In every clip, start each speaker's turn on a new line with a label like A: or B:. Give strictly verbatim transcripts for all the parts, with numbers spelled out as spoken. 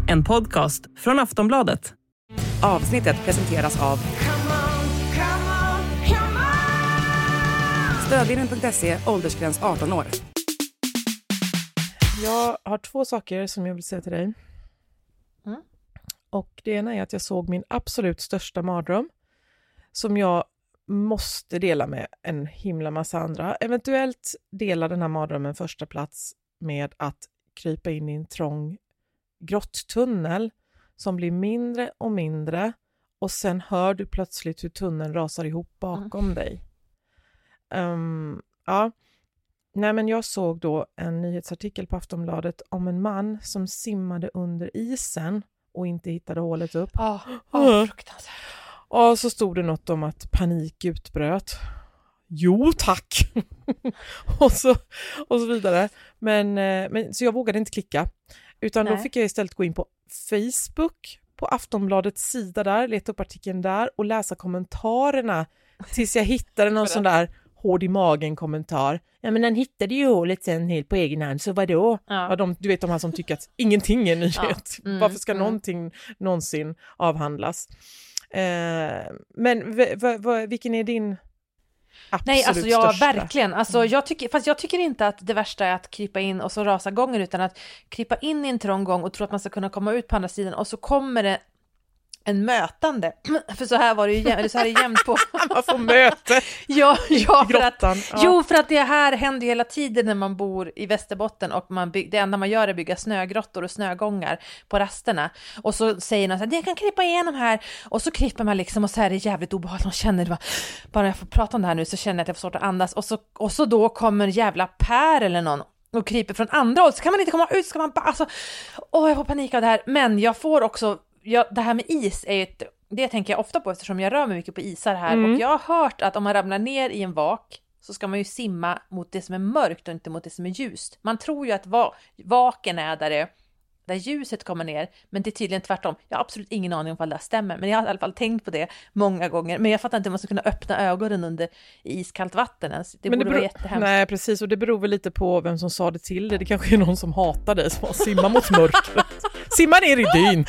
A: En podcast från Aftonbladet.
B: Avsnittet presenteras av Stödlinjen punkt se, åldersgräns arton år.
C: Jag har två saker som jag vill säga till dig.
D: Mm.
C: Och det ena är att jag såg min absolut största mardröm. Som jag måste dela med en himla massa andra. Eventuellt dela den här mardrömmen första plats med att krypa in i en trång grotttunnel som blir mindre och mindre. Och sen hör du plötsligt hur tunneln rasar ihop bakom mm. dig. Um, ja. Nej, men jag såg då en nyhetsartikel på Aftonbladet om en man som simmade under isen och inte hittade hålet upp.
D: Ja, oh, oh, fruktansvärt.
C: Och så stod det något om att panik utbröt. Jo, tack! och, så, och så vidare. Men, men, så jag vågade inte klicka. Utan Nej. Då fick jag istället gå in på Facebook, på Aftonbladets sida där, leta upp artikeln där och läsa kommentarerna tills jag hittade någon sån där hård i magen kommentar. Ja, men han hittade ju hålet sen helt på egen hand, så vadå? Ja. Ja, de, du vet de här som tycker att ingenting är nyhet. Ja. Mm, Varför ska mm. någonting någonsin avhandlas? Eh, men v- v- v- vilken är din absolut
D: Nej, alltså jag
C: största?
D: Verkligen. Alltså, jag tycker, fast jag tycker inte att det värsta är att krypa in och så rasa gången, utan att krypa in i en trång gång och tro att man ska kunna komma ut på andra sidan och så kommer det en mötande. För så här var det ju jäm- eller så här är det jämnt på.
C: Man får möte.
D: ja, ja, för att,
C: ja.
D: Jo, för att det här händer ju hela tiden när man bor i Västerbotten och man bygg, det enda man gör är att bygga snögrottor och snögångar på rasterna. Och så säger någon så här, jag kan krypa igenom här. Och så kryper man liksom och så här är det jävligt obehagligt. Man känner det bara, bara jag får prata om det här nu så känner jag att jag får svårt att andas. Och så, och så då kommer jävla Per eller någon och kryper från andra håll. Så kan man inte komma ut, ska man bara, alltså, åh jag får panik av det här. Men jag får också, Ja, det här med is är ju ett, det tänker jag ofta på eftersom jag rör mig mycket på isar här. Mm. Och jag har hört att om man ramlar ner i en vak så ska man ju simma mot det som är mörkt och inte mot det som är ljust. Man tror ju att va- vaken är där, det, där ljuset kommer ner, men det är tydligen tvärtom. Jag har absolut ingen aning om vad det stämmer, men jag har i alla fall tänkt på det många gånger. Men jag fattar inte hur man ska kunna öppna ögonen under iskallt vatten ens. Det
C: men
D: borde
C: det beror,
D: vara jättehemskt.
C: Nej, precis. Och det beror väl lite på vem som sa det till det. Det kanske är någon som hatar dig som har simma mot mörkret. Simma ner i dyn.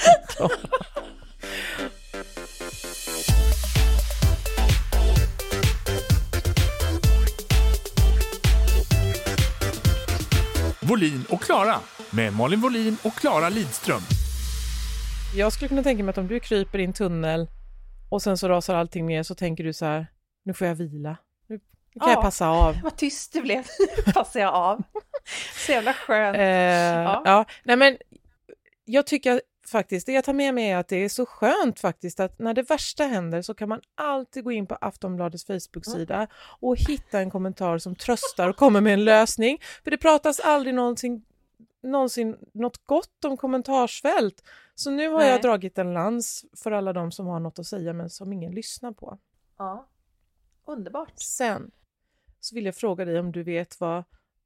E: Volin och Klara med Malin Volin och Klara Lidström.
C: Jag skulle kunna tänka mig att om du kryper i en tunnel och sen så rasar allting ner, så tänker du så här, nu får jag vila. Nu kan ja, jag passa av.
D: Vad tyst det blev. Passar jag av. Så jävla skönt.
C: Eh, ja. ja, nej men jag tycker faktiskt, det jag tar med mig är att det är så skönt faktiskt att när det värsta händer så kan man alltid gå in på Aftonbladets Facebook-sida och hitta en kommentar som tröstar och kommer med en lösning. För det pratas aldrig någonsin, någonsin något gott om kommentarsfält. Så nu har Nej. jag dragit en lans för alla de som har något att säga men som ingen lyssnar på.
D: Ja, underbart.
C: Sen så vill jag fråga dig om du vet vad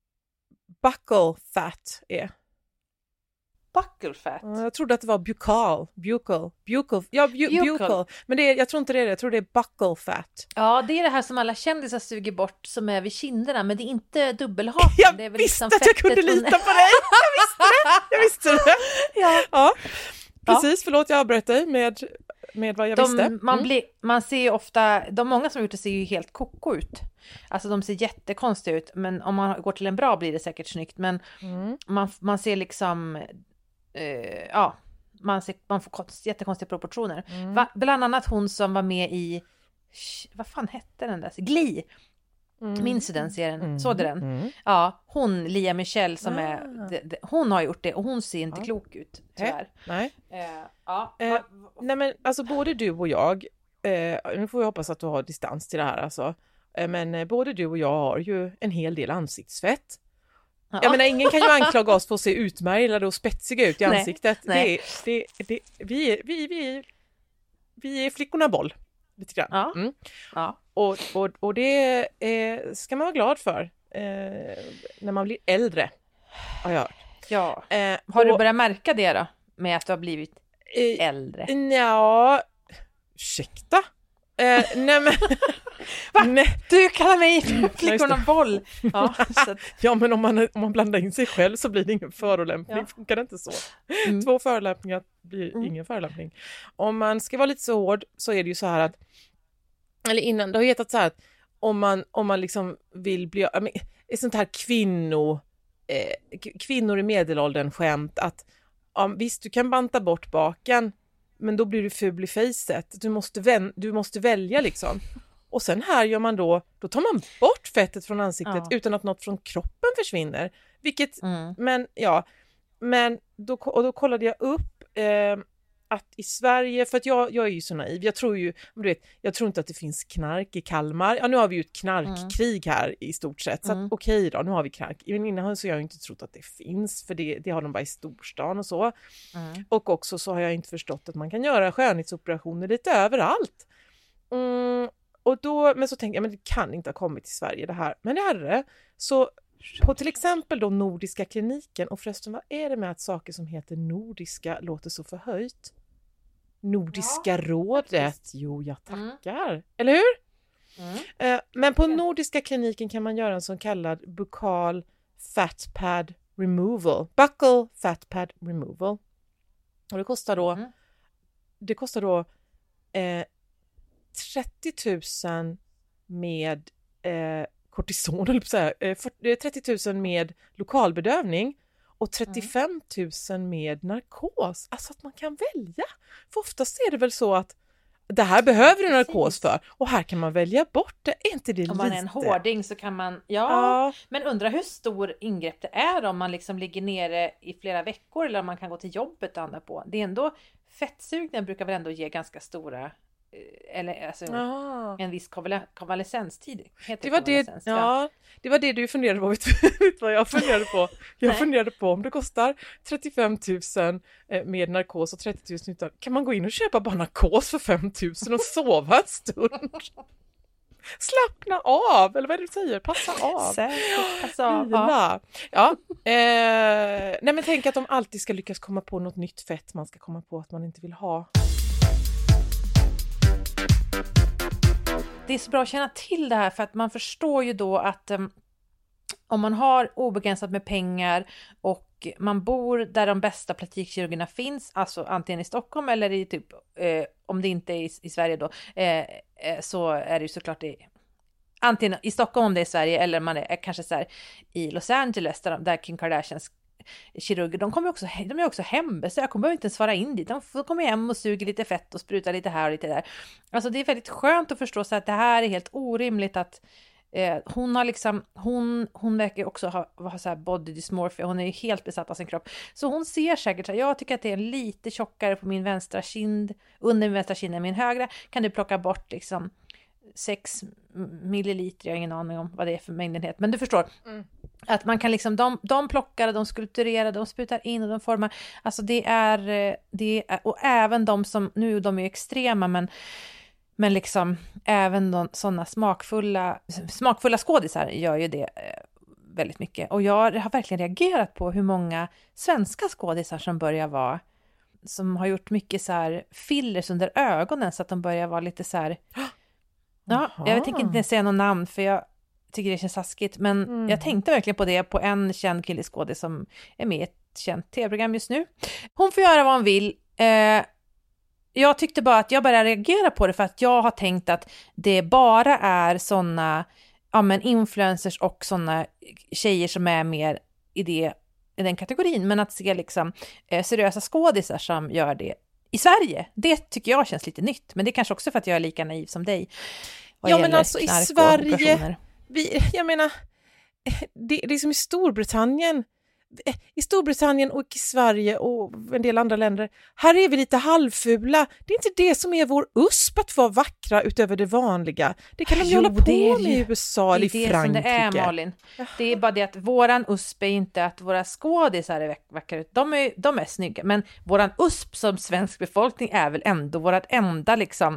C: buccal fat är.
D: Buccal fat?
C: Jag trodde att det var buccal. Buccal. Buccal. Ja, bu- buccal. buccal. Men det är, jag tror inte det är det. Jag tror det är buccal fat.
D: Ja, det är det här som alla kändisar suger bort som är vid kinderna. Men det är inte dubbelhaken.
C: Jag
D: det är väl
C: visste
D: liksom
C: att jag kunde lita på dig. Jag visste det. Jag visste det.
D: Ja.
C: ja. Precis, ja. Förlåt jag avbröt dig med, med vad jag
D: de,
C: visste. Mm.
D: Man, blir, man ser ju ofta, de många som har gjort det ser ju helt koko ut. Alltså de ser jättekonstiga ut. Men om man går till en bra blir det säkert snyggt. Men mm. man, man ser liksom... Uh, ja, man, ser, man får konst, jättekonstiga proportioner. Mm. Va, bland annat hon som var med i vad fan hette den där? Glee. Mm. Minns du den serien? Mm. Såg du den? Mm. Ja, hon, Lia Michelle som ah. är de, de, hon har gjort det och hon ser inte ja. klok ut, tyvärr.
C: Nej.
D: Uh, ja.
C: Uh, nej men alltså både du och jag uh, nu får jag hoppas att du har distans till det här alltså. Uh, men uh, både du och jag har ju en hel del ansiktsfett. Ja. Jag menar, ingen kan ju anklaga oss för att se utmärglade och spetsiga ut i nej, ansiktet. Nej. Det, det, det, vi, är, vi, vi, vi är flickorna boll. Lite grann.
D: Ja.
C: Mm.
D: Ja.
C: Och, och, och det eh, ska man vara glad för eh, när man blir äldre. Har jag hört.
D: Ja.
C: Eh,
D: har
C: och,
D: du börjat märka det då? Med att du har blivit eh, äldre?
C: Ja, ursäkta. Eh, nej men...
D: Va?
C: Nej.
D: Du kallar mig flickorna boll. Ja, så att...
C: ja, men om man, om man blandar in sig själv så blir det ingen förolämpning. Ja. Funkar det inte så? Mm. Två förolämpningar blir mm. ingen förolämpning. Om man ska vara lite så hård så är det ju så här att, eller innan, det har hetat så här att om man, om man liksom vill bli, I mean, ett sånt här kvinno, eh, kvinnor i medelåldern skämt att ja, visst, du kan banta bort baken, men då blir du ful i fejset. Du måste, vän, du måste välja liksom. Och sen här gör man då, då tar man bort fettet från ansiktet ja. utan att något från kroppen försvinner. Vilket, mm. men ja, men då, och då kollade jag upp eh, att i Sverige, för att jag, jag är ju så naiv, jag tror ju, du vet, jag tror inte att det finns knark i Kalmar. Ja, nu har vi ju ett knarkkrig här i stort sett, så att, mm. okej då, nu har vi knark. I min innan så har jag inte trott att det finns, för det, det har de bara i storstan och så. Mm. Och också så har jag inte förstått att man kan göra skönhetsoperationer lite överallt. Mm. Och då, men så tänkte jag, men det kan inte ha kommit till Sverige det här. Men det hade det. Så på till exempel då Nordiska kliniken, och förresten vad är det med att saker som heter nordiska låter så förhöjt? Nordiska ja, rådet. Faktiskt. Jo, jag tackar. Mm. Eller hur? Mm. Eh, men på Nordiska kliniken kan man göra en så kallad buccal fat pad removal. Buccal fat pad removal. Och det kostar då mm. det kostar då eh, trettio tusen med eh, kortison, eller så här, eh, trettio tusen med lokalbedövning och trettiofem tusen med narkos. Alltså att man kan välja. För oftast är det väl så att det här behöver du narkos för och här kan man välja bort det. Är inte det lite?
D: Om man är en hårding så kan man, ja, ja. Men undra hur stor ingrepp det är om man liksom ligger nere i flera veckor eller om man kan gå till jobbet och andra på. Det är ändå, fettsugningen brukar väl ändå ge ganska stora, eller alltså ah. en viss konvalescenstid.
C: Det var det, ja, ja. Det var det du funderade på. Vet vad jag funderade på? Jag funderade på om det kostar trettiofem tusen med narkos och trettio tusen utan. Kan man gå in och köpa bara narkos för fem tusen och sova en stund? Slappna av, eller vad är det du säger? Passa av.
D: Säkert, passa av.
C: Ja. Ja. Eh, nej men tänk att de alltid ska lyckas komma på något nytt fett man ska komma på att man inte vill ha.
D: Det är så bra att känna till det här för att man förstår ju då att um, om man har obegränsat med pengar och man bor där de bästa plastikkirurgerna finns, alltså antingen i Stockholm eller i typ, eh, om det inte är i, i Sverige då, eh, eh, så är det ju såklart i, antingen i Stockholm om det är i Sverige eller man är kanske så här i Los Angeles där, där Kim Kardashians kirurger, de kommer också, de är också hembesök, jag behöver inte ens svara in dit, de kommer hem och suger lite fett och sprutar lite här och lite där. Alltså det är väldigt skönt att förstå så att det här är helt orimligt att eh, hon har liksom, hon, hon verkar också ha, ha så här body dysmorphia, hon är ju helt besatt av sin kropp, så hon ser säkert så här, jag tycker att det är lite tjockare på min vänstra kind, under min vänstra kind än min högra, kan du plocka bort liksom sex milliliter, jag har ingen aning om vad det är för mängdenhet, men du förstår mm. att man kan liksom, de, de plockar, de skulpturerar, de sprutar in och de formar, alltså det är, det är och även de som, nu de är extrema men men liksom även de, sådana smakfulla smakfulla skådisar gör ju det eh, väldigt mycket, och jag har verkligen reagerat på hur många svenska skådisar som börjar vara, som har gjort mycket så här fillers under ögonen så att de börjar vara lite så här. Ja, jag tänker inte säga någon namn för jag tycker det känns taskigt, men mm. jag tänkte verkligen på det på en känd killiskådis som är med i ett känt tv-program just nu. Hon får göra vad hon vill. Eh, jag tyckte bara att jag började reagera på det för att jag har tänkt att det bara är såna, ja men influencers och såna tjejer som är mer i, det, i den kategorin, men att se liksom eh, seriösa skådisar som gör det i Sverige, det tycker jag känns lite nytt. Men det är kanske också för att jag är lika naiv som dig.
C: Ja, men alltså i Sverige, vi, jag menar, det, det är som i Storbritannien. I Storbritannien och i Sverige och en del andra länder, här är vi lite halvfula. Det är inte det som är vår usp att vara vackra utöver det vanliga. Det kan de ju hålla på med i U S A eller i Frankrike. Det är det som det är, Malin. Jaha. Det är bara det att våran usp är inte att våra skådisar är vackra. De är, de är snygga, men våran usp som svensk befolkning är väl ändå vårat enda liksom,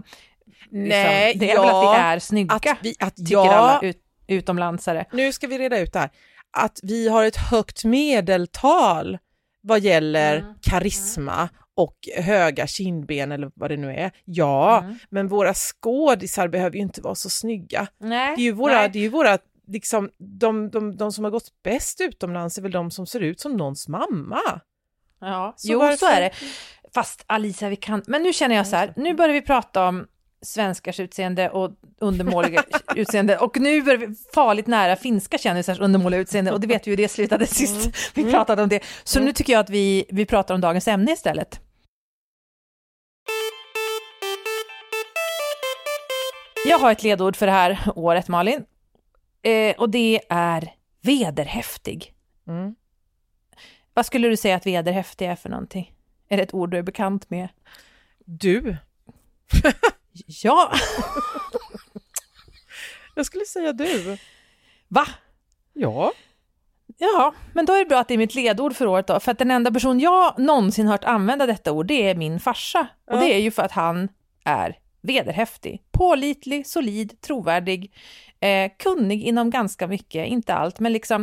C: nej,
D: liksom det är
C: ja,
D: väl att vi är snygga,
C: att vi, att
D: tycker
C: ja,
D: alla ut, utomlandsare.
C: Nu ska vi reda ut det här. Att vi har ett högt medeltal vad gäller mm. karisma och höga kindben eller vad det nu är. Ja, mm. men våra skådisar behöver ju inte vara så snygga.
D: Nej,
C: det är ju våra,
D: nej.
C: det är ju våra liksom, de, de, de som har gått bäst utomlands är väl de som ser ut som någons mamma.
D: Ja,
C: så
D: jo
C: varför...
D: så är det. Fast Alicia, vi kan... Men nu känner jag så här, nu börjar vi prata om svenskars utseende och undermåliga utseende. Och nu är vi farligt nära finska kändisars undermåliga utseende. Och det vet vi ju, det slutade sist. Mm. Vi pratade om det. Så mm. nu tycker jag att vi, vi pratar om dagens ämne istället. Jag har ett ledord för det här året, Malin. Eh, och det är vederhäftig. Mm. Vad skulle du säga att vederhäftig är för någonting? Är det ett ord du är bekant med?
C: Du.
D: Ja.
C: Jag skulle säga du.
D: Va?
C: Ja.
D: Ja, men då är det bra att det är mitt ledord för året då. För att den enda person jag någonsin hört använda detta ord, det är min farsa. Ja. Och det är ju för att han är vederhäftig. Pålitlig, solid, trovärdig. Eh, kunnig inom ganska mycket, inte allt. Men liksom...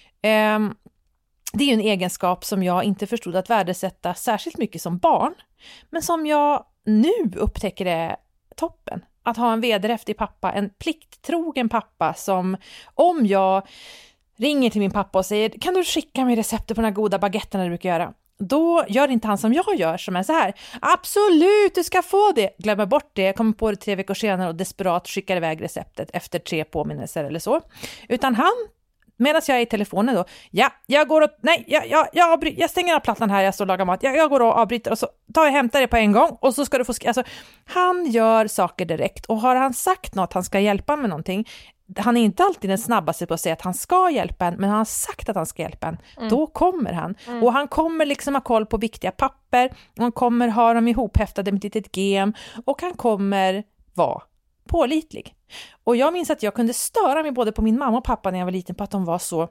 D: Eh, det är ju en egenskap som jag inte förstod att värdesätta särskilt mycket som barn. Men som jag nu upptäcker är toppen. Att ha en vederhäftig pappa, en plikttrogen pappa som om jag ringer till min pappa och säger kan du skicka mig receptet på den här goda baguetterna du brukar göra? Då gör inte han som jag gör som är så här. Absolut, du ska få det. Glömmer bort det, kommer på det tre veckor senare och desperat skickar iväg receptet efter tre påminnelser eller så. Utan han... Medan jag är i telefonen då, ja, jag går och, nej, jag, jag, jag, avbry- jag stänger av plattan här, jag står och lagar mat, jag, jag går och avbryter och så tar jag och hämtar det på en gång och så ska du få, sk- alltså, han gör saker direkt och har han sagt något, han ska hjälpa med någonting, han är inte alltid den snabbaste på att säga att han ska hjälpa en, men han har sagt att han ska hjälpa en, mm. då kommer han. Mm. Och han kommer liksom ha koll på viktiga papper, och han kommer ha dem ihophäftade med ett litet gem, och han kommer vara pålitlig. Och jag minns att jag kunde störa mig både på min mamma och pappa när jag var liten på att de var så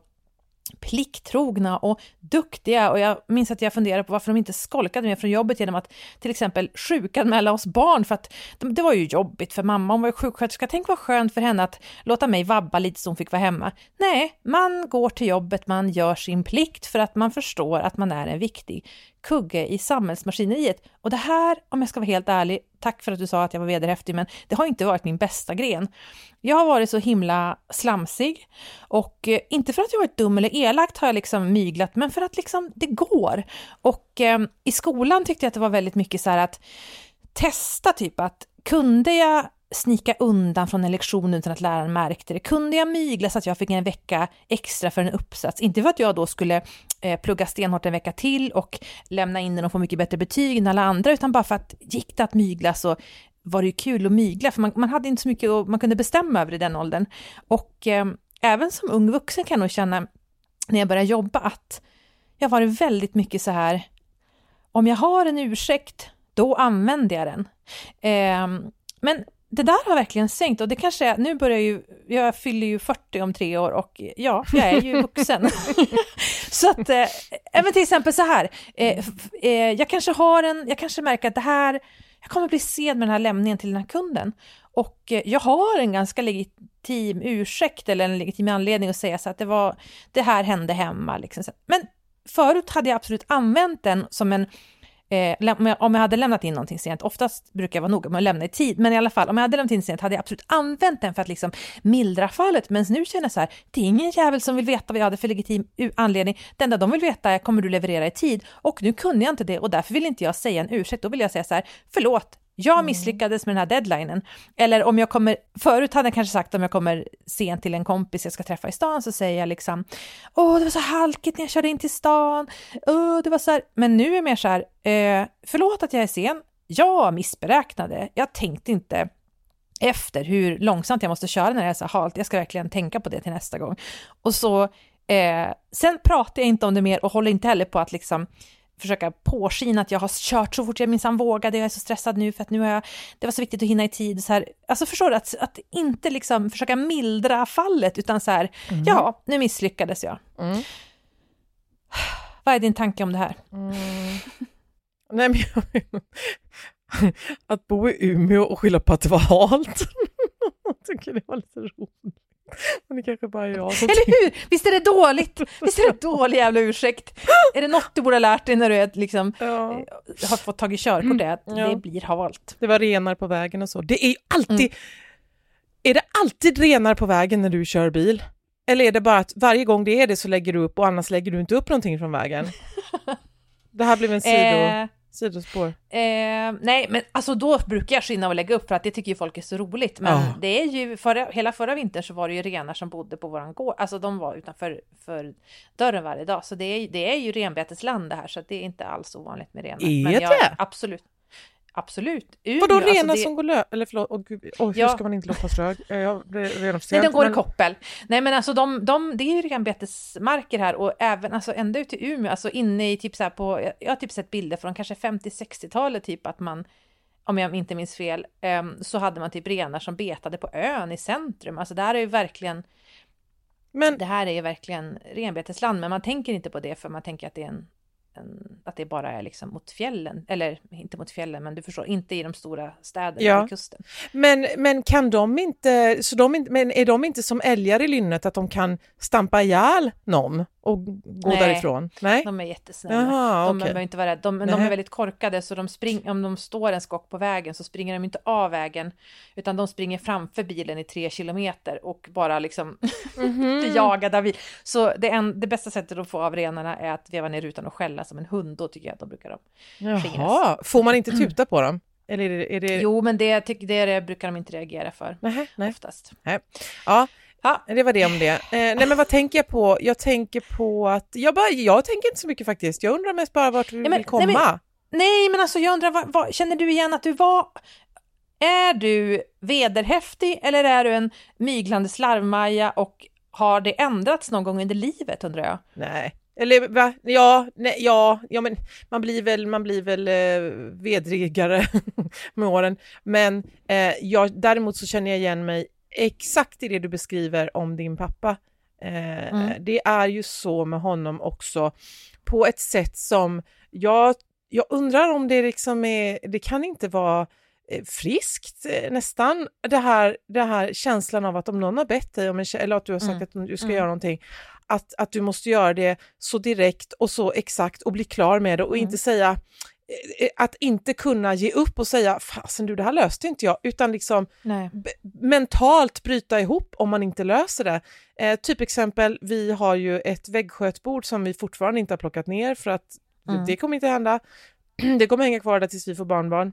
D: plikttrogna och duktiga, och jag minns att jag funderade på varför de inte skolkade mig från jobbet genom att till exempel sjukanmäla oss barn, för att det var ju jobbigt för mamma, hon var ju sjuksköterska, tänk vad skönt för henne att låta mig vabba lite så hon fick vara hemma. Nej, man går till jobbet, man gör sin plikt för att man förstår att man är en viktig kugge i samhällsmaskineriet. Och det här, om jag ska vara helt ärlig, tack för att du sa att jag var vederhäftig, men det har inte varit min bästa gren. Jag har varit så himla slamsig, och eh, inte för att jag varit dum eller elakt har jag liksom myglat, men för att liksom det går. Och eh, i skolan tyckte jag att det var väldigt mycket så här att testa typ att kunde jag snika undan från en lektion utan att läraren märkte det? Kunde jag mygla så att jag fick en vecka extra för en uppsats? Inte för att jag då skulle eh, plugga stenhårt en vecka till och lämna in den och få mycket bättre betyg än alla andra, utan bara för att gick det att mygla så var det ju kul att mygla, för man, man hade inte så mycket och man kunde bestämma över i den åldern. Och eh, även som ung vuxen kan jag nog känna när jag började jobba att jag var väldigt mycket så här, om jag har en ursäkt, då använder jag den. Eh, men det där har verkligen sänkt, och det kanske är, nu börjar ju, jag fyller ju fyrtio om tre år och ja, jag är ju vuxen. Så att, eh, även till exempel så här, eh, eh, jag kanske har en, jag kanske märker att det här, jag kommer bli sen med den här lämningen till den här kunden. Och eh, jag har en ganska legitim ursäkt eller en legitim anledning att säga så att det var, det här hände hemma. Liksom. Men förut hade jag absolut använt den som en, Eh, om jag hade lämnat in någonting sent, oftast brukar jag vara noga med att lämna i tid, men i alla fall, om jag hade lämnat in sent hade jag absolut använt den för att liksom mildra fallet. Men nu känner jag så här, det är ingen jävel som vill veta vad jag hade för legitim anledning. Det enda de vill veta är, kommer du leverera i tid? Och nu kunde jag inte det, och därför vill inte jag säga en ursäkt. Då vill jag säga så här, förlåt, jag misslyckades med den här deadlinen. Eller om jag kommer, förut hade jag kanske sagt om jag kommer sent till en kompis jag ska träffa i stan, så säger jag liksom, åh det var så halkigt när jag körde in till stan, åh det var så här. Men nu är jag mer så här, eh, förlåt att jag är sen, jag missberäknade, jag tänkte inte efter hur långsamt jag måste köra när det är så halt, jag ska verkligen tänka på det till nästa gång. Och så, eh, sen pratar jag inte om det mer och håller inte heller på att liksom försöka påskina att jag har kört så fort jag minsann vågade, jag är så stressad nu för att nu har jag, det var så viktigt att hinna i tid så här. Alltså förstår du, att, att inte liksom försöka mildra fallet, utan så här, mm. ja, nu misslyckades jag. Mm. Vad är din tanke om det här?
C: Mm. Nej, men jag, att bo i Umeå och skylla på att det var halt. Jag tycker det var lite roligt. Men det kanske bara är jag som...
D: Eller hur? Visst är det dåligt? Visst är det dålig jävla ursäkt? Är det något du borde ha lärt dig när du är, liksom, ja. har fått tag i körkort? Det, ja. det blir halt.
C: Det var renar på vägen och så. Det är ju alltid... Mm. Är det alltid renar på vägen när du kör bil? Eller är det bara att varje gång det är det så lägger du upp och annars lägger du inte upp någonting från vägen? Det här blev en sido... Eh... sidospår.
D: Eh, nej, men alltså då brukar jag skynda och lägga upp för att det tycker ju folk är så roligt. Men oh. det är ju, förra, hela förra vintern så var det ju renar som bodde på våran gård. Alltså de var utanför för dörren varje dag. Så det är, det är ju renbetesland det här, så att det är inte alls ovanligt med renar.
C: Är
D: men jag,
C: det?
D: Absolut. Absolut. Umeå,
C: vadå renar
D: alltså det...
C: som går lö... Eller förlåt, oh, gud, oh, hur ja. ska man inte låta strög? Jag blir redan
D: Nej, de går
C: men...
D: i koppel. Nej, men alltså de, de, det är ju renbetesmarker här och även alltså ända ut till Umeå, alltså inne i typ så här på, jag har typ sett bilder från kanske femtio-sextiotalet typ att man, om jag inte minns fel, um, så hade man typ renar som betade på ön i centrum. Alltså det här är ju verkligen, men... det här är ju verkligen renbetesland, men man tänker inte på det för man tänker att det är en att det bara är liksom mot fjällen, eller inte mot fjällen, men du förstår, inte i de stora städerna ja. vid kusten.
C: Men, men kan de inte, så de, men är de inte som älgar i lynnet att de kan stampa ihjäl någon och gå Nej, därifrån? Nej,
D: de är jättesnälla.
C: Aha,
D: de
C: okay.
D: behöver inte vara rädda. De, de är väldigt korkade, så de spring, om de står en skock på vägen så springer de inte av vägen, utan de springer framför bilen i tre kilometer och bara liksom mm-hmm. jagar där vi. Så det, en, det bästa sättet att få av renarna är att veva ner rutan och skälla som en hund. Då tycker jag att de brukar de skingras.
C: Jaha, får man inte tuta på dem? Eller är det, är det...
D: Jo, men det, det, det brukar de inte reagera för.
C: Nej, nej.
D: Oftast.
C: Nej. Ja, ja, det var det om det. Eh, nej, men vad tänker jag på? Jag tänker på att... Jag, bara, jag tänker inte så mycket faktiskt. Jag undrar mest bara vart du nej, men, vill komma.
D: Nej men, nej, men alltså jag undrar, vad, vad, känner du igen att du var... Är du vederhäftig eller är du en myglande slarvmaja och har det ändrats någon gång under livet, undrar jag?
C: Nej. Eller va? Ja, nej, ja, ja, men man blir väl, man blir väl eh, vedrigare med åren. Men eh, jag, däremot så känner jag igen mig exakt i det du beskriver om din pappa. Eh, mm. Det är ju så med honom också på ett sätt som jag, jag undrar om det liksom är, det kan inte vara friskt nästan, det här, det här känslan av att om någon har bett dig om en, eller att du har sagt mm. att du ska mm. göra någonting, att, att du måste göra det så direkt och så exakt och bli klar med det och mm. inte säga, att inte kunna ge upp och säga fasen du, det här löste inte jag, utan liksom b- mentalt bryta ihop om man inte löser det. Eh, typ exempel, vi har ju ett väggskötbord som vi fortfarande inte har plockat ner för att mm. det kommer inte hända. Det kommer hänga kvar där tills vi får barnbarn.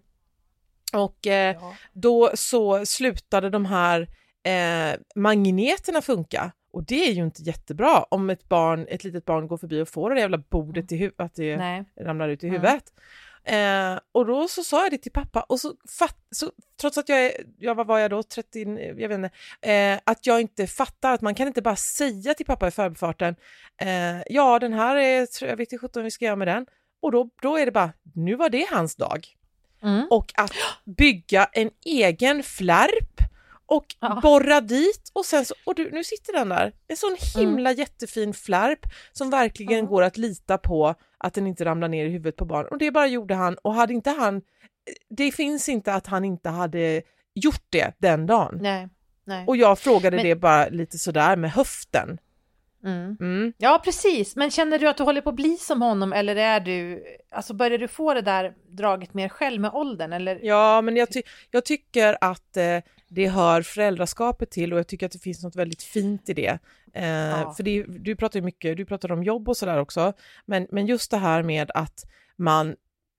C: Och eh, ja. då så slutade de här eh, magneterna funka. Och det är ju inte jättebra om ett barn, ett litet barn går förbi och får det jävla bordet i huvudet, att det Nej. ramlar ut i huvudet. Mm. Eh, och då så sa jag det till pappa och så, fatt, så trots att jag är, jag var, var jag då trettio, jag vet inte, eh, att jag inte fattar att man kan inte bara säga till pappa i förbifarten, eh, ja den här är, jag vet inte sjutton vi ska göra med den. Och då, då är det bara, nu var det hans dag. Mm. Och att bygga en egen flärp och ja. borra dit och sen så, och du, nu sitter den där, en sån himla mm. jättefin flärp som verkligen mm. går att lita på att den inte ramlar ner i huvudet på barn, och det bara gjorde han, och hade inte han, det finns inte att han inte hade gjort det den dagen.
D: Nej, nej.
C: Och jag frågade Men... det bara lite sådär med höften.
D: Mm. Mm. Ja, precis. Men känner du att du håller på att bli som honom, eller är du, alltså börjar du få det där draget mer själv med åldern? Eller?
C: Ja, men jag, ty- jag tycker att eh, det hör föräldraskapet till, och jag tycker att det finns något väldigt fint i det. Eh, ja. För det, du pratar ju mycket, du pratar om jobb och sådär också, men, men just det här med att man,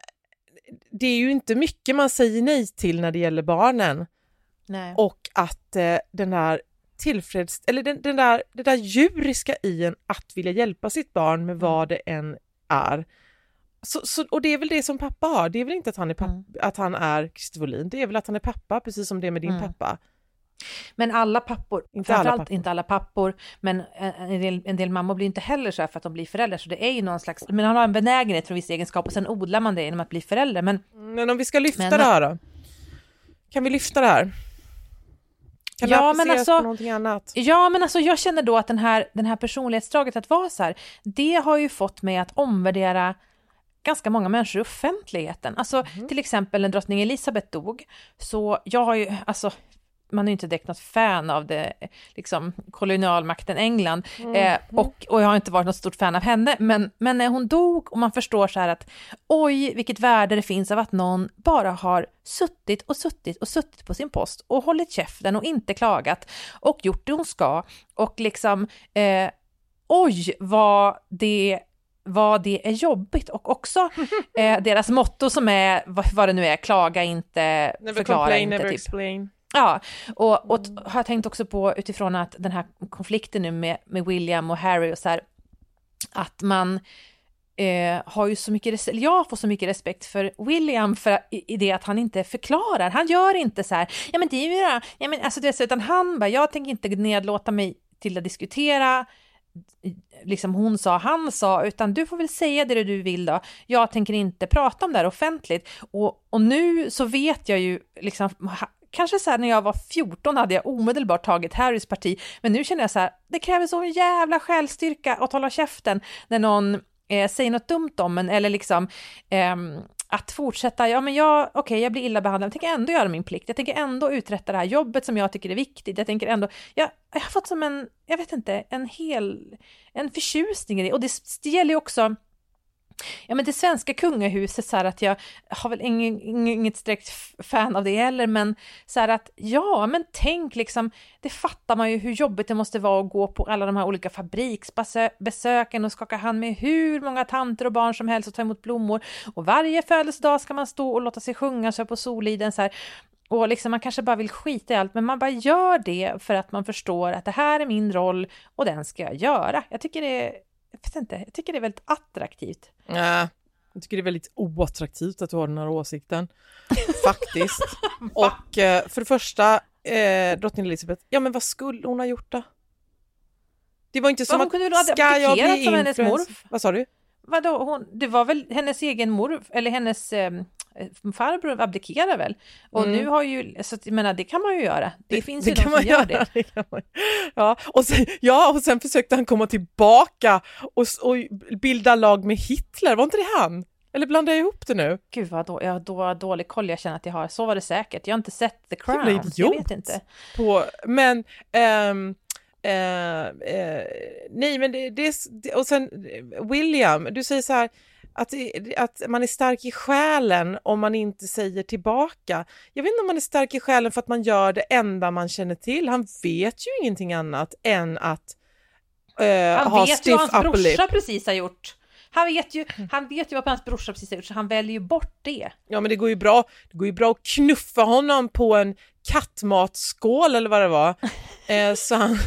C: det är ju inte mycket man säger nej till när det gäller barnen.
D: Nej.
C: Och att eh, den här tillfreds eller den, den där, det där djuriska i en att vilja hjälpa sitt barn med vad det än är. Så, så, och det är väl det som pappa har. Det är väl inte att han är, pappa, mm. att han är Christer Wåhlin. Det är väl att han är pappa, precis som det är med din mm. pappa.
D: Men alla pappor,
C: inte
D: framförallt
C: alla pappor.
D: inte alla pappor, men en del, en del mammor blir inte heller så här för att de blir föräldrar. Så det är ju någon slags, men han har en benägenhet för viss egenskap och sen odlar man det genom att bli förälder. Men,
C: men om vi ska lyfta
D: men,
C: det här då? Kan vi lyfta det här? Kan
D: ja, men alltså,
C: på någonting annat?
D: Ja, men alltså jag känner då att den här, den här personlighetsdraget att vara så här, det har ju fått mig att omvärdera ganska många människor i offentligheten. Alltså mm. till exempel när drottning Elisabeth dog, så jag har ju, alltså man är inte direkt något fan av det, liksom, kolonialmakten England.
C: Mm.
D: Eh, och, och jag har inte varit något stort fan av henne. Men, men när hon dog och man förstår så här att oj, vilket värde det finns av att någon bara har suttit och suttit och suttit på sin post och hållit käften och inte klagat och gjort det hon ska. Och liksom, eh, oj, vad det vad det är jobbigt, och också eh, deras motto som är, vad, vad det nu är, klaga inte,
C: Never
D: förklara
C: complain,
D: inte.
C: never
D: Typ.
C: explain.
D: Ja, och, och t- har jag tänkt också på utifrån att den här konflikten nu med, med William och Harry och så här, att man eh, har ju så mycket, res- jag får så mycket respekt för William för i, i det att han inte förklarar, han gör inte så här, ja men det är ju, ja men alltså det är så, utan han bara, jag tänker inte nedlåta mig till att diskutera liksom hon sa, han sa, utan du får väl säga det du vill då. Jag tänker inte prata om det här offentligt. Och, och nu så vet jag ju liksom, kanske så här när jag var fjorton hade jag omedelbart tagit Harrys parti, men nu känner jag så här, det kräver så jävla självstyrka att hålla käften när någon eh, säger något dumt om en, eller liksom ehm, att fortsätta, ja men jag, okej okay, jag blir illa behandlad, jag tänker ändå göra min plikt, jag tänker ändå uträtta det här jobbet som jag tycker är viktigt, jag tänker ändå, jag, jag har fått som en, jag vet inte, en hel, en förtjusning i det, och det, det gäller ju också, ja men det svenska kungahuset, så här att jag har väl ingen, inget direkt fan av det heller, men så här att ja men tänk liksom, det fattar man ju hur jobbigt det måste vara att gå på alla de här olika fabriksbesöken och skaka hand med hur många tanter och barn som helst och ta emot blommor, och varje födelsedag ska man stå och låta sig sjunga så på Soliden så här. Och liksom man kanske bara vill skita i allt, men man bara gör det för att man förstår att det här är min roll och den ska jag göra. Jag tycker det är Jag vet inte, jag tycker det är väldigt attraktivt.
C: Nej, jag tycker det är väldigt oattraktivt att du har den här åsikten. Faktiskt. Och eh, för det första, eh, drottning Elizabeth, ja men vad skulle hon ha gjort då? Det var inte som
D: hon
C: att,
D: kunde väl
C: ska jag bli
D: som hennes mor?
C: Vad sa du?
D: Vadå, hon, det var väl hennes egen mor, eller hennes eh, farbror abdikerade väl. Och
C: Mm.
D: nu har ju, så jag menar, det kan man ju göra. Det, det finns
C: det
D: ju de som gör det.
C: det kan man, ja, och sen, ja, och sen försökte han komma tillbaka och, och bilda lag med Hitler. Var inte det han? Eller blandar jag ihop det nu?
D: Gud vad då, jag har då, dålig koll jag känner att jag har. Så var det säkert. Jag har inte sett The Crown.
C: Jag,
D: jag vet inte.
C: På, men... Um, Uh, uh, nej men det, det, och sen William, du säger så här att, att man är stark i själen om man inte säger tillbaka. Jag vet inte om man är stark i själen för att man gör det enda man känner till. Han vet ju ingenting annat än att uh,
D: han
C: ha
D: vet ju vad
C: stiff
D: hans
C: upper lip.
D: brorsa precis har gjort. Han vet ju, han vet ju vad hans brorsa precis har gjort, så han väljer ju bort det.
C: Ja men det går ju bra, det går ju bra att knuffa honom på en kattmatskål eller vad det var. eh, så han,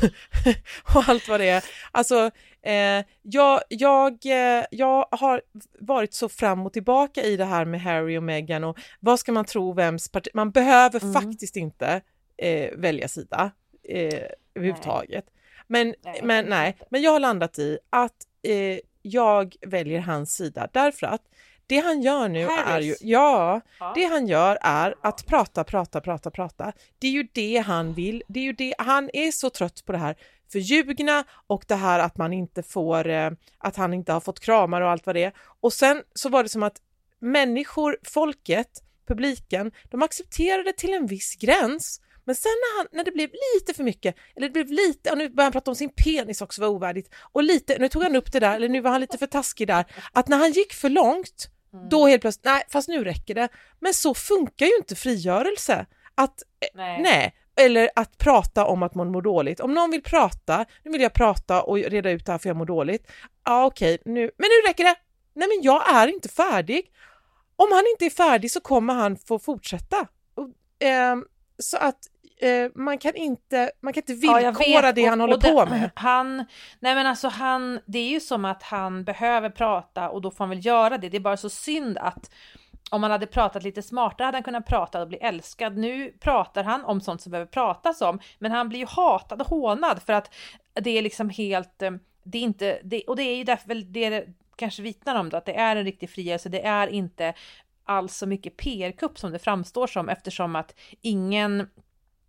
C: och allt vad det är. Alltså, eh, jag, jag, eh, jag har varit så fram och tillbaka i det här med Harry och Meghan, och vad ska man tro vems parti? Man behöver mm. faktiskt inte eh, välja sida eh, överhuvudtaget. Men nej, men, nej. men jag har landat i att eh, jag väljer hans sida därför att det han gör nu Harris. är ju, ja, ja, det han gör är att prata, prata, prata, prata. Det är ju det han vill. Det är ju det, han är så trött på det här förljugna och det här att man inte får, eh, att han inte har fått kramar och allt vad det är. Och sen så var det som att människor, folket, publiken, de accepterade till en viss gräns. Men sen när, han, när det blev lite för mycket, eller det blev lite, och nu började han prata om sin penis också, var ovärdigt. Och lite, nu tog han upp det där, eller nu var han lite för taskig där. Att när han gick för långt, mm. då helt plötsligt, nej, fast nu räcker det. Men så funkar ju inte frigörelse. Att, nej. nej. Eller att prata om att man mår dåligt. Om någon vill prata, nu vill jag prata och reda ut det här för jag mår dåligt. Ja, okej, nu, men nu räcker det. Nej, men jag är inte färdig. Om han inte är färdig så kommer han få fortsätta. Och, eh, så att eh, man kan inte man kan inte villkora ja, det han och, håller och det, på med.
D: Han, nej men alltså han, det är ju som att han behöver prata och då får han väl göra det. Det är bara så synd att om han hade pratat lite smartare hade han kunnat prata och bli älskad. Nu pratar han om sånt som behöver pratas om, men han blir ju hatad och hånad för att det är liksom helt, det är inte, det, och det är ju därför väl det kanske vittnar om det, att det är en riktig frigörelse. Det är inte alls så mycket P R-kupp som det framstår som, eftersom att ingen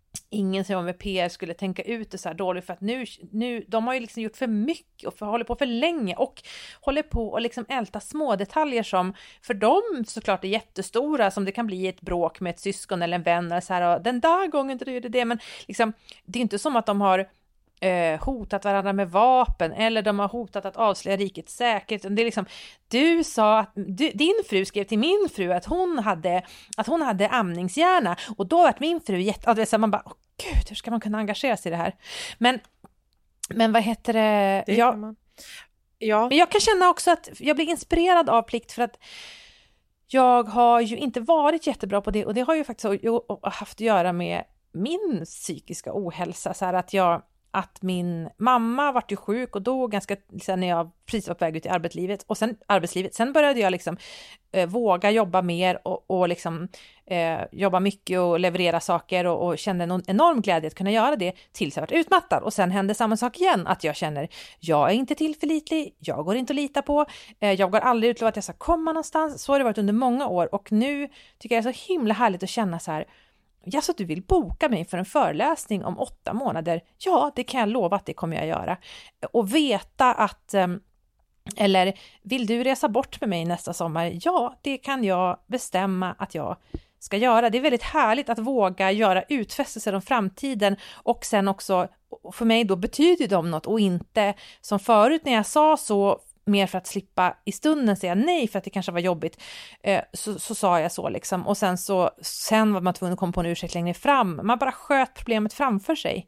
D: ingen som var med P R skulle tänka ut det så här dåligt, för att nu, nu de har ju liksom gjort för mycket och för, håller på för länge och håller på och liksom älta små detaljer som för dem såklart är jättestora, som det kan bli ett bråk med ett syskon eller en vän eller så här, och den där gången du gjorde det, men liksom, det är inte som att de har eh, hotat varandra med vapen eller de har hotat att avslöja rikets säkerhet. Det är liksom, du sa att du, din fru skrev till min fru att hon hade att hon hade amningshjärna, och då var min fru jätte, alltså man bara, åh gud, hur ska man kunna engagera sig i det här? Men men vad heter det?
C: det
D: jag,
C: man. Ja.
D: Men jag kan känna också att jag blir inspirerad av Plikt, för att jag har ju inte varit jättebra på det, och det har ju faktiskt haft att göra med min psykiska ohälsa, så här att jag att min mamma vart ju sjuk och dog ganska sen när jag precis var på väg ut i arbetslivet, och sen arbetslivet sen började jag liksom eh, våga jobba mer och, och liksom eh, jobba mycket och leverera saker och, och kände en enorm glädje att kunna göra det tills jag varit utmattad, och sen hände samma sak igen, att jag känner jag är inte tillförlitlig, jag går inte att lita på, eh, jag går aldrig utlovat att jag ska komma någonstans. Så har det varit under många år, och nu tycker jag det är så himla härligt att känna så här: ja, så att du vill boka mig för en föreläsning om åtta månader. Ja, det kan jag lova att det kommer jag göra. Och veta att, eller vill du resa bort med mig nästa sommar? Ja, det kan jag bestämma att jag ska göra. Det är väldigt härligt att våga göra utfästelser om framtiden, och sen också, för mig då betyder de något, och inte som förut när jag sa så mer för att slippa i stunden säga nej för att det kanske var jobbigt, eh, så, så sa jag så liksom, och sen så sen var man tvungen att komma på en ursäkt längre fram. Man bara sköt problemet framför sig.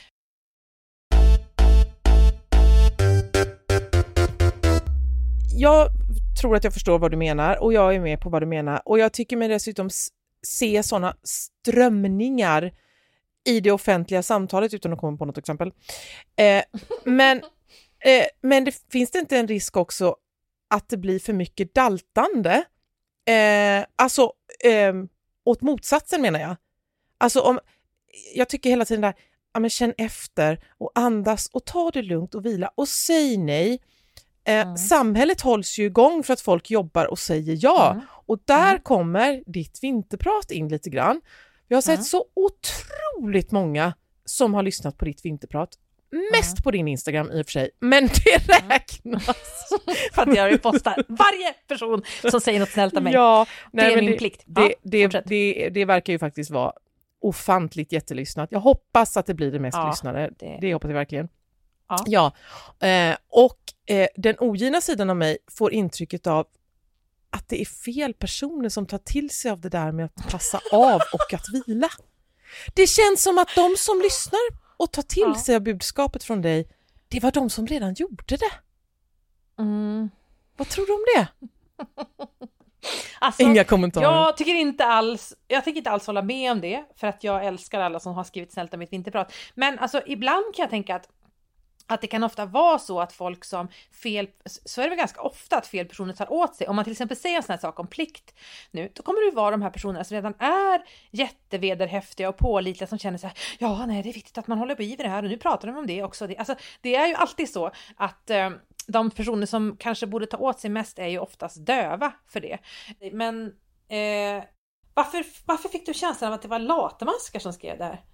C: Jag tror att jag förstår vad du menar, och jag är med på vad du menar, och jag tycker mig dessutom se sådana strömningar i det offentliga samtalet, utan att komma på något exempel. Eh, men Eh, men det finns det inte en risk också att det blir för mycket daltande? Eh, alltså, eh, åt motsatsen menar jag. Alltså om, jag tycker hela tiden där, ja, men känn efter och andas och ta det lugnt och vila och säg nej. Eh, mm. Samhället hålls ju igång för att folk jobbar och säger ja. Mm. Och där mm. kommer ditt vinterprat in lite grann. Jag har sett mm. så otroligt många som har lyssnat på ditt vinterprat. Mest mm. på din Instagram i och för sig, men det räknas.
D: För att jag postar varje person som säger något snällt om mig.
C: Ja,
D: nej, det är min det, plikt.
C: Det,
D: ja,
C: det, det, det, det verkar ju faktiskt vara ofantligt jättelyssnat. Jag hoppas att det blir det mest ja, lyssnade. Det... det hoppas jag verkligen. Ja. ja. Eh, och eh, den ogina sidan av mig får intrycket av att det är fel personer som tar till sig av det där med att passa av och att vila. Det känns som att de som lyssnar och ta till ja. sig av budskapet från dig, det var de som redan gjorde det.
D: Mm.
C: Vad tror du om det?
D: Alltså,
C: inga kommentarer.
D: Jag tycker inte alls, jag tycker inte alls hålla med om det, för att jag älskar alla som har skrivit snällt om mitt vinterprat. Men alltså, ibland kan jag tänka att Att det kan ofta vara så att folk som fel, så är det väl ganska ofta att fel personer tar åt sig. Om man till exempel säger en sån här sak om plikt nu, då kommer det vara de här personerna som redan är jättevederhäftiga och pålitliga, som känner så här: ja, nej, det är viktigt att man håller på i det här, och nu pratar de om det också. Det, alltså, det är ju alltid så att eh, de personer som kanske borde ta åt sig mest är ju oftast döva för det. Men eh, varför, varför fick du känslan av att det var latemaskar som skrev det här?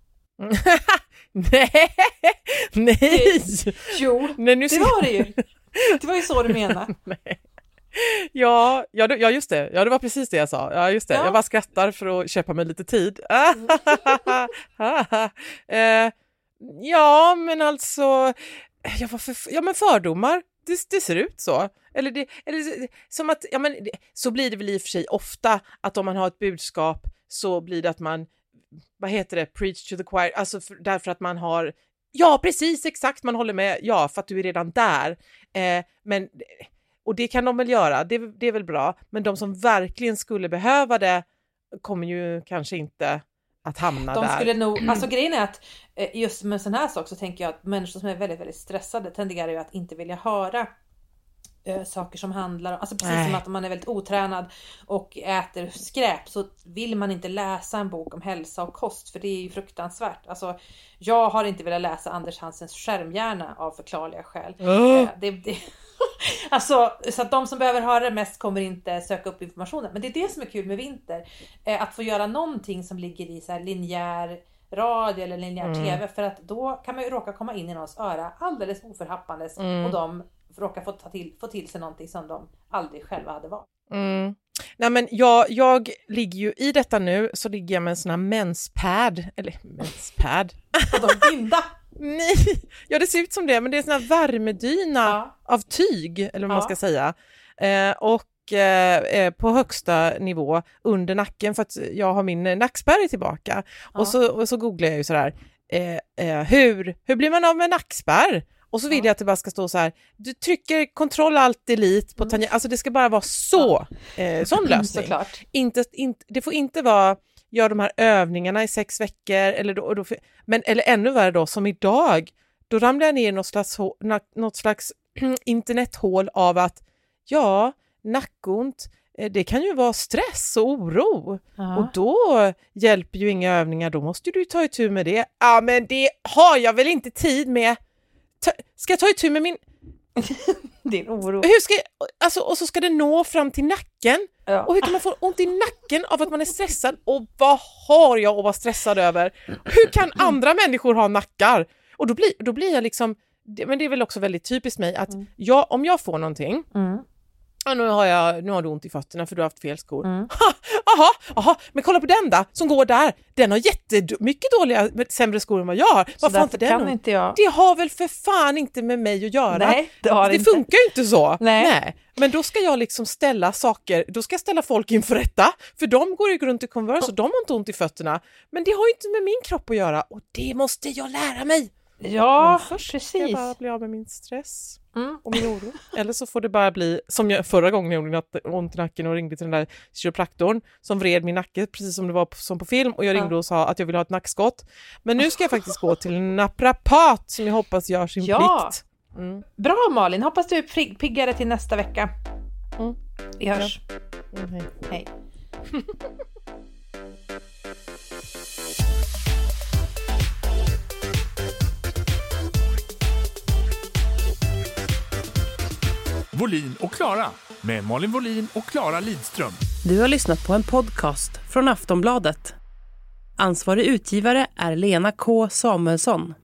C: nej, nej.
D: Det, jo, nej, nu det var det ju. Det var ju så du menade.
C: Nej. Ja, ja, ja, just det. Ja, det var precis det jag sa. Ja, just det. Ja. Jag bara skrattar för att köpa mig lite tid. eh, ja, men alltså... Ja, varför, ja, men fördomar. Det, det ser ut så. Eller, det, eller som att... Ja, men det, så blir det väl i och för sig ofta att om man har ett budskap så blir det att man... Vad heter det? Preach to the choir. Alltså för, därför att man har... Ja, precis, exakt. Man håller med. Ja, för att du är redan där. Eh, men... Och det kan de väl göra, det, det är väl bra. Men de som verkligen skulle behöva det kommer ju kanske inte att hamna
D: de
C: där.
D: Skulle nog, alltså grejen är att just med sån här sak så tänker jag att människor som är väldigt, väldigt stressade tenderar ju att inte vilja höra äh, saker som handlar om, alltså precis Nej. som att om man är väldigt otränad och äter skräp så vill man inte läsa en bok om hälsa och kost, för det är ju fruktansvärt. Alltså jag har inte velat läsa Anders Hansens skärmhjärna av förklarliga skäl. Oh. Äh, det, det Alltså, så att de som behöver höra det mest kommer inte söka upp informationen. Men det är det som är kul med vinter. Eh, att få göra någonting som ligger i så här linjär radio eller linjär
C: Mm.
D: tv, för att då kan man ju råka komma in i någons öra alldeles oförhappandes
C: Mm.
D: och de råkar få, ta till, få till sig någonting som de aldrig själva hade valt.
C: Mm. Nej, men jag, jag ligger ju i detta nu, så ligger jag med en sån här menspad, eller menspad.
D: Och de binda.
C: Nej, ja det ser ut som det, men det är en sån här värmedyna
D: Ja.
C: av tyg, eller vad man
D: Ja.
C: ska säga. Eh, och eh, på högsta nivå under nacken, för att jag har min nackspärr tillbaka.
D: Ja.
C: Och, så, och så googlar jag ju sådär, eh, eh, hur, hur blir man av med nackspärr? Och så vill
D: Ja.
C: jag att det bara ska stå så här, du trycker kontroll alt delete på
D: Mm.
C: tangent, alltså det ska bara vara så, eh, sån lösning.
D: Såklart.
C: Inte, inte, det får inte vara, gör de här övningarna i sex veckor, eller, då, då, men, eller ännu värre då, som idag, då ramlar jag ner i något slags, hå- något slags internethål av att, ja, nackont, eh, det kan ju vara stress och oro.
D: Ja.
C: Och då hjälper ju inga övningar, då måste du ta itu med det. Ja, men det har jag väl inte tid med. Ta, ska jag ta itu med min...
D: Din oro.
C: Hur ska jag, alltså, och så ska det nå fram till nacken.
D: Ja.
C: Och hur kan man få ont i nacken av att man är stressad? Och vad har jag att vara stressad över? Hur kan andra människor ha nackar? Och då blir, då blir jag liksom... det- Men det är väl också väldigt typiskt mig att
D: Mm.
C: jag, om jag får någonting...
D: Mm.
C: Ja, nu, har jag, nu har du ont i fötterna för du har haft fel skor.
D: Mm.
C: Ha, aha, aha, men kolla på den då, som går där. Den har jättemycket dåliga, sämre skor än vad jag har.
D: Så
C: Varför har inte
D: därför
C: den
D: kan
C: ont?
D: inte jag.
C: Det har väl för fan inte med mig att göra.
D: Nej, det har
C: det
D: inte.
C: funkar ju inte så.
D: Nej.
C: Men då ska jag liksom ställa saker, då ska jag ställa folk inför rätta. För de går ju runt i Converse och de har inte ont i fötterna. Men det har ju inte med min kropp att göra. Och det måste jag lära mig.
D: Ja,
C: Men först ska jag
D: precis.
C: bara bli av med min stress.
D: Mm.
C: Och min oro. Eller så får det bara bli som jag förra gången jag gjorde natt- ont i nacken och ringde till den där kiropraktorn som vred min nacke precis som det var på, som på film, och jag ringde
D: Ja.
C: och sa att jag ville ha ett nackskott. Men nu ska jag faktiskt gå till en naprapat som jag hoppas gör sin
D: Ja.
C: plikt. Mm.
D: Bra Malin, hoppas du är pigg- piggare till nästa vecka.
C: Mm.
D: Vi hörs.
C: Mm, hej.
D: Hej.
E: Volin och Klara med Malin Volin och Klara Lidström.
A: Du har lyssnat på en podcast från Aftonbladet. Ansvarig utgivare är Lena K. Samuelsson.